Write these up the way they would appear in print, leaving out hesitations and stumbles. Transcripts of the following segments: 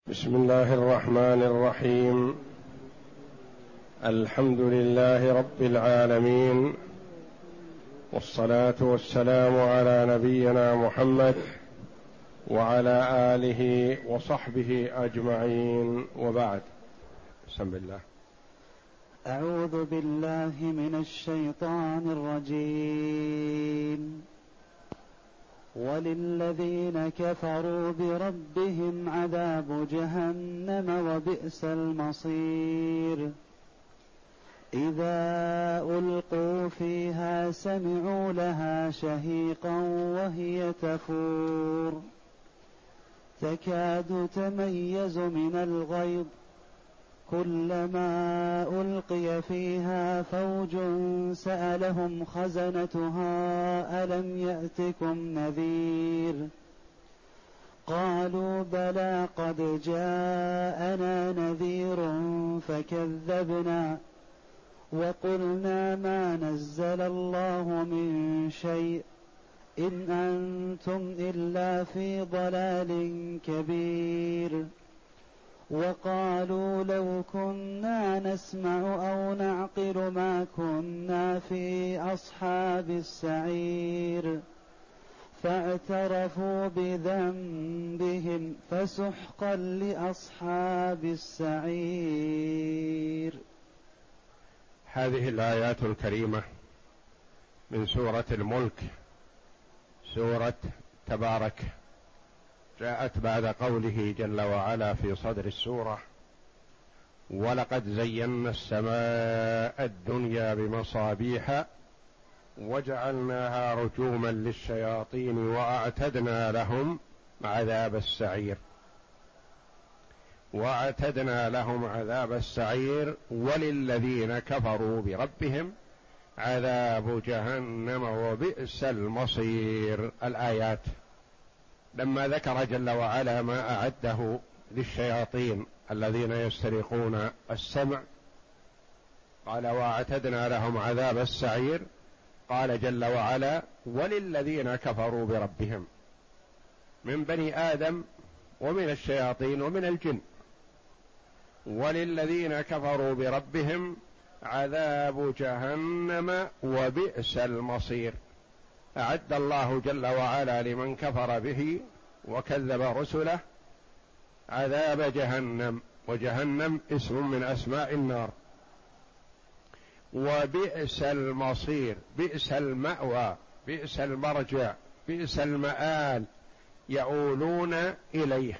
بسم الله الرحمن الرحيم. الحمد لله رب العالمين، والصلاة والسلام على نبينا محمد وعلى آله وصحبه أجمعين، وبعد. بسم الله. أعوذ بالله من الشيطان الرجيم. وللذين كفروا بربهم عذاب جهنم وبئس المصير. إذا ألقوا فيها سمعوا لها شهيقا وهي تفور تكاد تميز من الغيظ، كلما ألقي فيها فوج سألهم خزنتها ألم يأتكم نذير؟ قالوا بلى قد جاءنا نذير فكذبنا وقلنا ما نزل الله من شيء إن أنتم إلا في ضلال كبير. وقالوا لو كنا نسمع أو نعقل ما كنا في أصحاب السعير، فاعترفوا بذنبهم فسحقا لأصحاب السعير. هذه الآيات الكريمة من سورة الملك، سورة تبارك، جاءت بعد قوله جل وعلا في صدر السورة: ولقد زينا السماء الدنيا بمصابيح وجعلناها رجوما للشياطين وأعتدنا لهم عذاب السعير. وأعتدنا لهم عذاب السعير وللذين كفروا بربهم عذاب جهنم وبئس المصير. الآيات لما ذكر جل وعلا ما أعده للشياطين الذين يسترقون السمع، قال: وأعتدنا لهم عذاب السعير. قال جل وعلا: وللذين كفروا بربهم، من بني آدم ومن الشياطين ومن الجن. وللذين كفروا بربهم عذاب جهنم وبئس المصير. أعد الله جل وعلا لمن كفر به وكذب رسله عذاب جهنم، وجهنم اسم من أسماء النار. وبئس المصير، بئس المأوى، بئس المرجع، بئس المآل يؤولون إليه.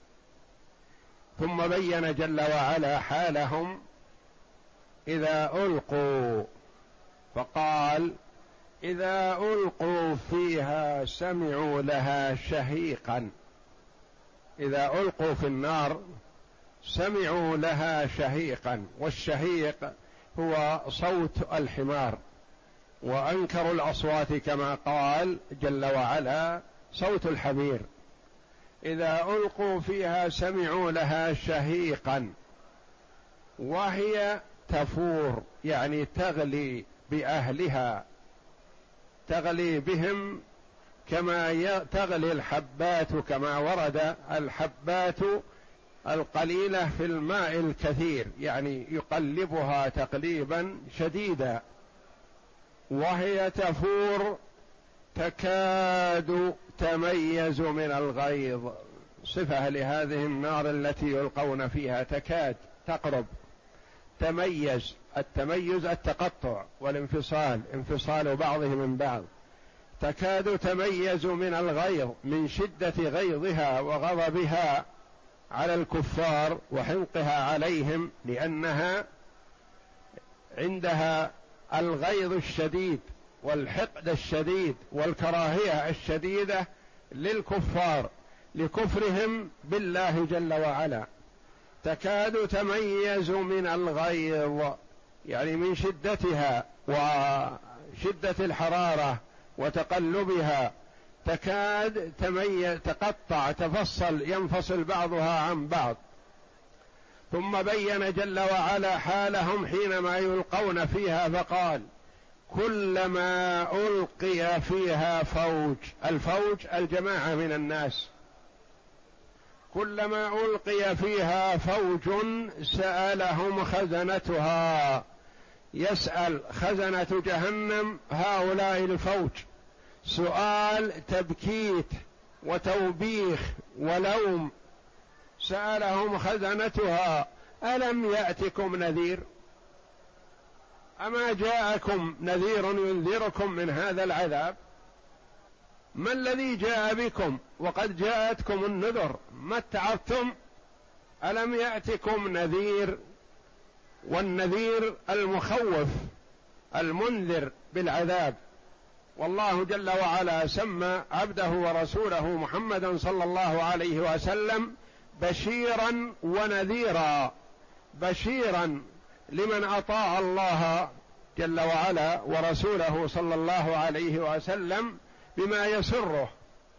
ثم بين جل وعلا حالهم إذا ألقوا، فقال: إذا ألقوا فيها سمعوا لها شهيقا. إذا ألقوا في النار سمعوا لها شهيقا، والشهيق هو صوت الحمار، وأنكر الأصوات كما قال جل وعلا صوت الحمير. إذا ألقوا فيها سمعوا لها شهيقا وهي تفور، يعني تغلي بأهلها، تغلي بهم كما تغلي الحبات، كما ورد الحبات القليلة في الماء الكثير، يعني يقلبها تقليبا شديدا. وهي تفور تكاد تميز من الغيظ، صفة لهذه النار التي يلقون فيها، تكاد، تقرب، تميز. التميز التقطع والانفصال، انفصال بعضه من بعض. تكاد تميز من الغيظ، من شدة غيظها وغضبها على الكفار وحنقها عليهم، لأنها عندها الغيظ الشديد والحقد الشديد والكراهية الشديدة للكفار لكفرهم بالله جل وعلا. تكاد تميز من الغيظ، يعني من شدتها وشدة الحرارة وتقلبها، تكاد تقطع، تفصل، ينفصل بعضها عن بعض. ثم بين جل وعلا حالهم حينما يلقون فيها، فقال: كلما ألقي فيها فوج، الفوج الجماعة من الناس، كلما ألقي فيها فوج سألهم خزنتها، يسأل خزنة جهنم هؤلاء الفوج سؤال تبكيت وتوبيخ ولوم، سألهم خزنتها ألم يأتكم نذير؟ أما جاءكم نذير ينذركم من هذا العذاب؟ ما الذي جاء بكم وقد جاءتكم النذر؟ ما اتعظتم؟ ألم يأتكم نذير؟ والنذير المخوف المنذر بالعذاب. والله جل وعلا سمى عبده ورسوله محمدا صلى الله عليه وسلم بشيرا ونذيرا، بشيرا لمن أطاع الله جل وعلا ورسوله صلى الله عليه وسلم بما يسره،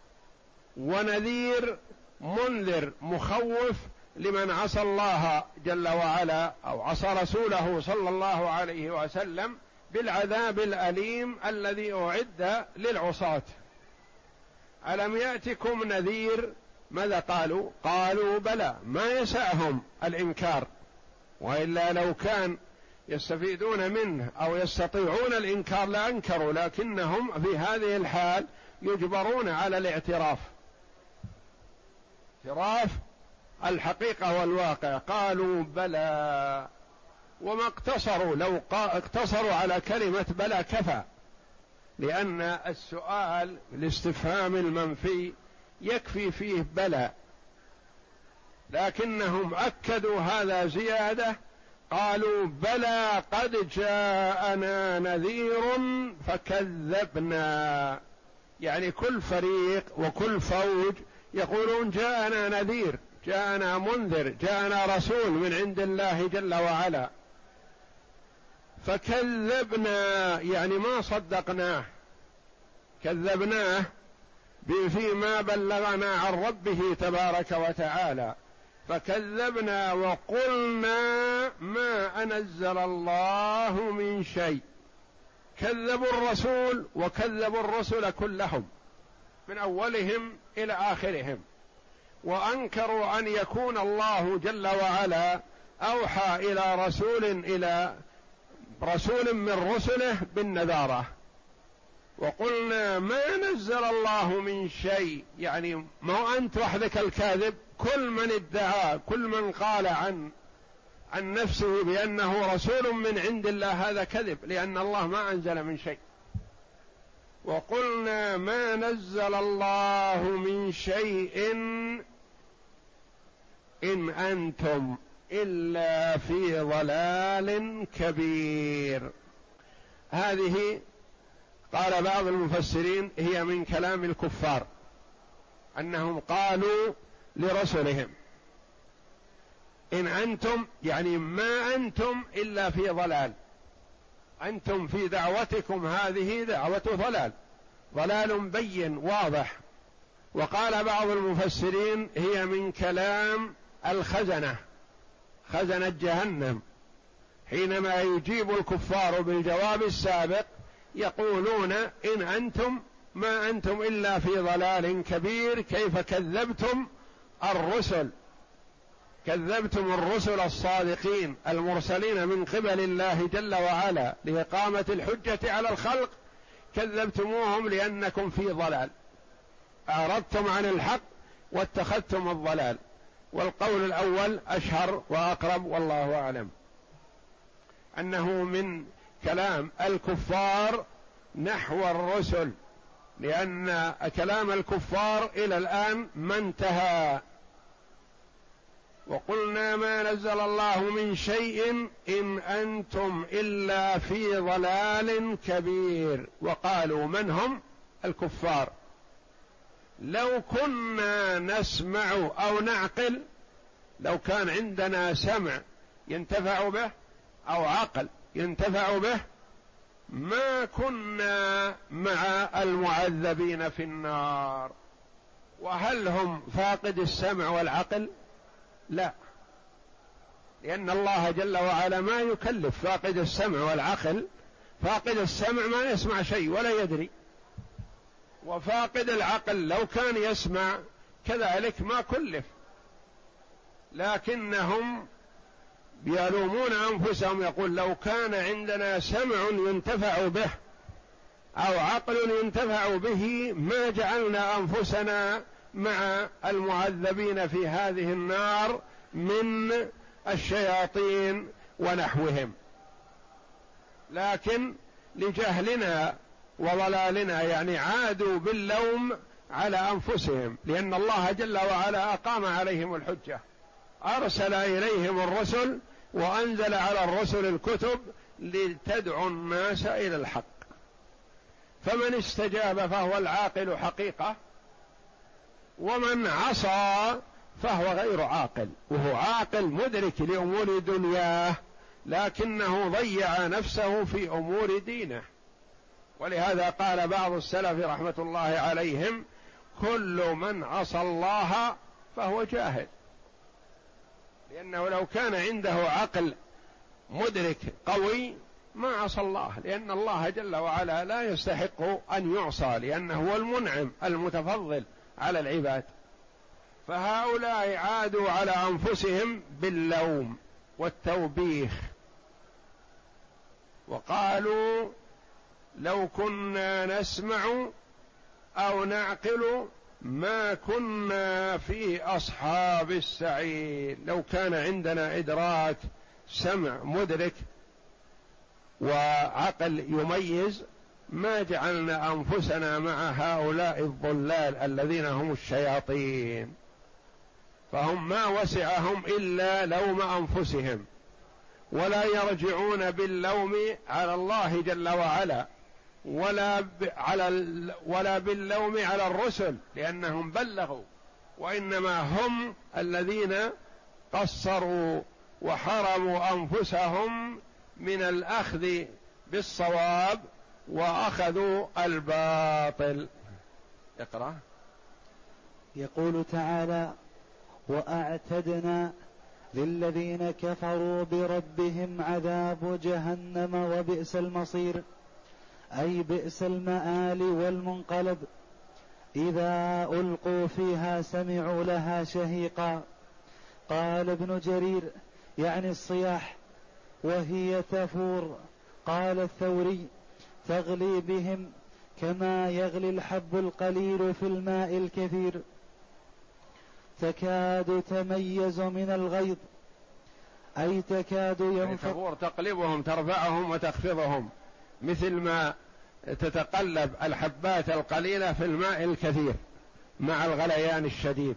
ونذير منذر مخوف لمن عصى الله جل وعلا أو عصى رسوله صلى الله عليه وسلم بالعذاب الأليم الذي أعد للعصاة. ألم يأتكم نذير؟ ماذا قالوا؟ قالوا بلى، ما يسعهم الإنكار، وإلا لو كان يستفيدون منه أو يستطيعون الإنكار لأنكروا، لكنهم في هذه الحال يجبرون على الاعتراف، اعتراف الحقيقة والواقع. قالوا بلى، وما اقتصروا، لو اقتصروا على كلمة بلى كفى، لأن السؤال الاستفهام المنفي يكفي فيه بلى، لكنهم أكدوا هذا زيادة، قالوا بلى قد جاءنا نذير فكذبنا. يعني كل فريق وكل فوج يقولون جاءنا نذير، جاءنا منذر، جاءنا رسول من عند الله جل وعلا، فكذبنا يعني ما صدقناه، كذبناه فيما بلغنا عن ربه تبارك وتعالى، فكذبنا وقلنا ما أنزل الله من شيء. كذبوا الرسول وكذبوا الرسل كلهم من أولهم إلى آخرهم، وأنكروا أن يكون الله جل وعلا أوحى إلى رسول من رسله بالنذارة. وقلنا ما نزل الله من شيء، يعني ما أنت وحدك الكاذب، كل من ادعى، كل من قال عن نفسه بأنه رسول من عند الله هذا كذب، لأن الله ما أنزل من شيء. وقلنا ما نزل الله من شيء إن أنتم إلا في ضلال كبير. هذه قال بعض المفسرين هي من كلام الكفار، أنهم قالوا لرسلهم إن أنتم، يعني ما أنتم إلا في ضلال، أنتم في دعوتكم هذه دعوة ضلال، ضلال بين واضح. وقال بعض المفسرين هي من كلام الخزنة، خزنة جهنم، حينما يجيب الكفار بالجواب السابق يقولون إن أنتم ما أنتم إلا في ضلال كبير، كيف كذبتم الرسل، كذبتم الرسل الصادقين المرسلين من قبل الله جل وعلا لإقامة الحجة على الخلق، كذبتموهم لأنكم في ضلال، أعرضتم عن الحق واتخذتم الضلال. والقول الأول أشهر وأقرب، والله أعلم، أنه من كلام الكفار نحو الرسل، لأن كلام الكفار إلى الآن ما انتهى. وقلنا ما نزل الله من شيء إن أنتم إلا في ضلال كبير. وقالوا من هم؟ الكفار. لو كنا نسمع أو نعقل، لو كان عندنا سمع ينتفع به أو عقل ينتفع به ما كنا مع المعذبين في النار. وهل هم فاقد السمع والعقل؟ لا، لأن الله جل وعلا ما يكلف فاقد السمع والعقل. فاقد السمع ما يسمع شيء ولا يدري، وفاقد العقل لو كان يسمع كذلك ما كلف، لكنهم يلومون أنفسهم، يقول لو كان عندنا سمع ينتفع به أو عقل ينتفع به ما جعلنا أنفسنا مع المعذبين في هذه النار من الشياطين ونحوهم، لكن لجهلنا وضلالنا يعني عادوا باللوم على أنفسهم، لأن الله جل وعلا أقام عليهم الحجة، أرسل إليهم الرسل وأنزل على الرسل الكتب لتدعو الناس إلى الحق، فمن استجاب فهو العاقل حقيقة، ومن عصى فهو غير عاقل، وهو عاقل مدرك لأمور دنياه لكنه ضيع نفسه في أمور دينه. ولهذا قال بعض السلف رحمة الله عليهم: كل من عصى الله فهو جاهل، لأنه لو كان عنده عقل مدرك قوي ما عصى الله، لأن الله جل وعلا لا يستحق أن يعصى، لأنه هو المنعم المتفضل على العباد. فهؤلاء عادوا على أنفسهم باللوم والتوبيخ، وقالوا لو كنا نسمع أو نعقل ما كنا في أصحاب السعير. لو كان عندنا إدراك، سمع مدرك وعقل يميز، ما جعلنا أنفسنا مع هؤلاء الضلال الذين هم الشياطين، فهم ما وسعهم إلا لوم أنفسهم، ولا يرجعون باللوم على الله جل وعلا، ولا باللوم على الرسل لأنهم بلغوا، وإنما هم الذين قصروا وحرموا أنفسهم من الأخذ بالصواب وأخذوا الباطل. اقرأ. يقول تعالى: وأعتدنا للذين كفروا بربهم عذاب جهنم وبئس المصير، أي بئس المآل والمنقلب. إذا ألقوا فيها سمعوا لها شهيقا. قال ابن جرير: يعني الصياح، وهي تفور. قال الثوري: تغلي بهم كما يغلي الحب القليل في الماء الكثير، تكاد تميز من الغيظ، أي تكاد ينفق. تفور تقلبهم، ترفعهم وتخفضهم، مثل ما تتقلب الحبات القليلة في الماء الكثير مع الغليان الشديد.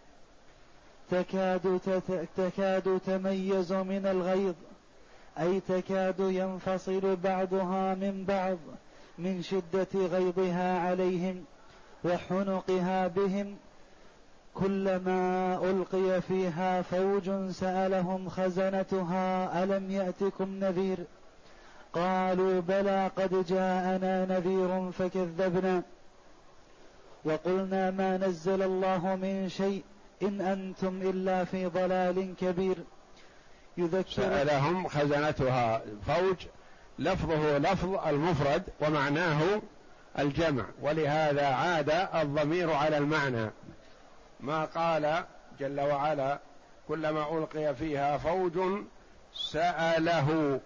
تكاد تميز من الغيظ، أي تكاد ينفصل بعضها من بعض من شدة غيظها عليهم وحنقها بهم. كلما ألقي فيها فوج سألهم خزنتها ألم يأتكم نذير؟ قالوا بلى قد جاءنا نذير فكذبنا وقلنا ما نزل الله من شيء إن أنتم إلا في ضلال كبير. سألهم خزنتها، فوج لفظه لفظ المفرد ومعناه الجمع، ولهذا عاد الضمير على المعنى، ما قال جل وعلا كلما ألقي فيها فوج سأله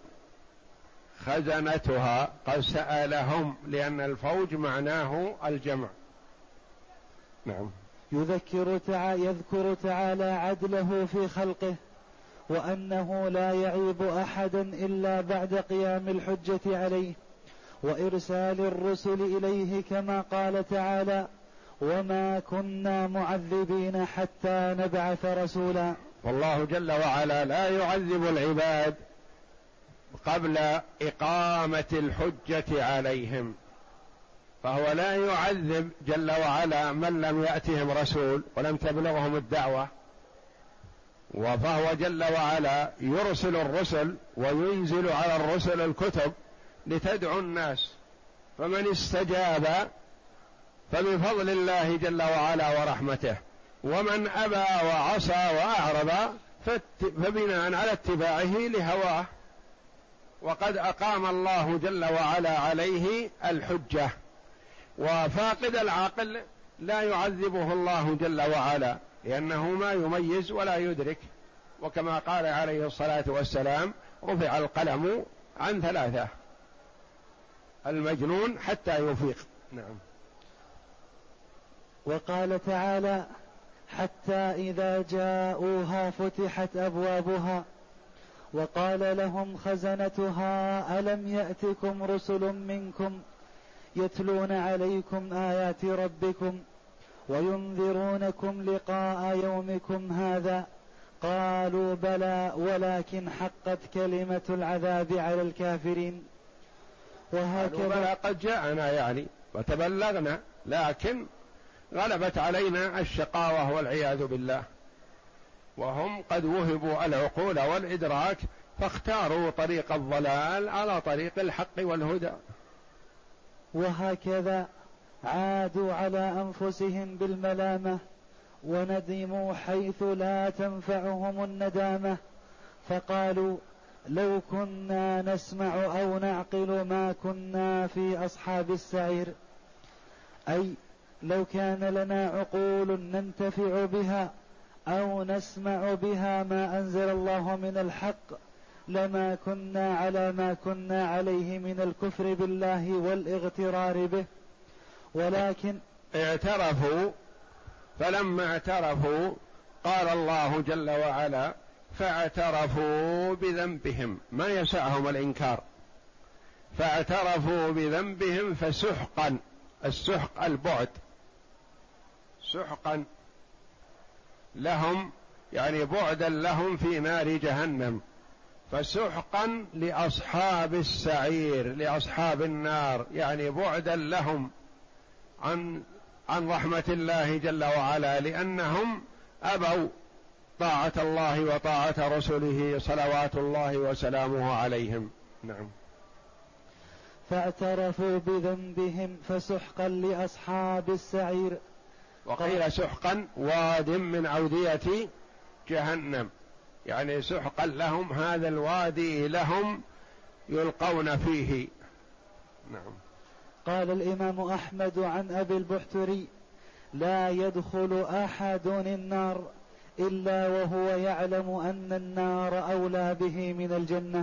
خزنتها، قد سألهم، لأن الفوج معناه الجمع. نعم. يذكر تعالى عدله في خلقه، وأنه لا يعيب أحدا إلا بعد قيام الحجة عليه وإرسال الرسل إليه، كما قال تعالى: وما كنا معذبين حتى نبعث رسولا. والله جل وعلا لا يعذب العباد قبل إقامة الحجة عليهم، فهو لا يعذب جل وعلا من لم يأتهم رسول ولم تبلغهم الدعوة، فهو جل وعلا يرسل الرسل وينزل على الرسل الكتب لتدعو الناس، فمن استجاب فبفضل الله جل وعلا ورحمته، ومن أبى وعصى وأعرض فبناء على اتباعه لهواه، وقد أقام الله جل وعلا عليه الحجة. وفاقد العقل لا يعذبه الله جل وعلا، لأنه ما يميز ولا يدرك وكما قال عليه الصلاة والسلام: رفع القلم عن 3: المجنون حتى يفيق. نعم. وقال تعالى: حتى إذا جاءوها فتحت أبوابها وقال لهم خزنتها ألم يأتكم رسل منكم يتلون عليكم آيات ربكم وينذرونكم لقاء يومكم هذا قالوا بلى ولكن حقت كلمة العذاب على الكافرين. وهكذا قد جاءنا يعني وتبلغنا، لكن غلبت علينا الشقاوة والعياذ بالله، وهم قد وهبوا العقول والإدراك فاختاروا طريق الضلال على طريق الحق والهدى. وهكذا عادوا على أنفسهم بالملامة وندموا حيث لا تنفعهم الندامة، فقالوا: لو كنا نسمع أو نعقل ما كنا في أصحاب السعير، أي لو كان لنا عقول ننتفع بها أو نسمع بها ما أنزل الله من الحق لما كنا على ما كنا عليه من الكفر بالله والاغترار به. ولكن اعترفوا، فلما اعترفوا قال الله جل وعلا: فاعترفوا بذنبهم، ما يسعهم الإنكار، فاعترفوا بذنبهم فسحقا، السحق البعد، سحقا لهم يعني بعدا لهم في نار جهنم، فسحقا لأصحاب السعير، لأصحاب النار، يعني بعدا لهم عن رحمة الله جل وعلا، لأنهم أبوا طاعة الله وطاعة رسله صلوات الله وسلامه عليهم. نعم. فاعترفوا بذنبهم فسحقا لأصحاب السعير. وقيل سحقا واد من أودية جهنم، يعني سحقا لهم، هذا الوادي لهم يلقون فيه. نعم. قال الإمام أحمد عن أبي البحتري: لا يدخل أحد النار إلا وهو يعلم أن النار أولى به من الجنة.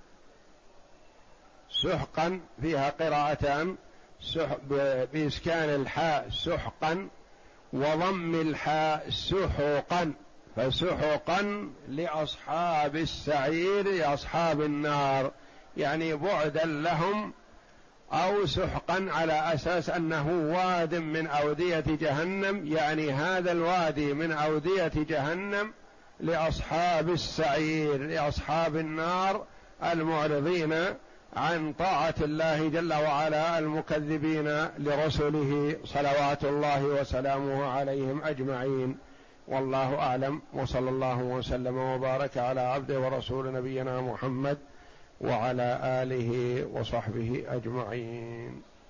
سحقا فيها قراءتان، بإسكان الحاء سحقا وضم الحاء سحقا، فسحقا لأصحاب السعير لأصحاب النار، يعني بعدا لهم، أو سحقا على أساس أنه واد من أودية جهنم، يعني هذا الوادي من أودية جهنم لأصحاب السعير لأصحاب النار المعرضين عن طاعة الله جل وعلا المكذبين لرسله صلوات الله وسلامه عليهم أجمعين. والله أعلم، وصلى الله وسلم وبارك على عبده ورسول نبينا محمد وعلى آله وصحبه أجمعين.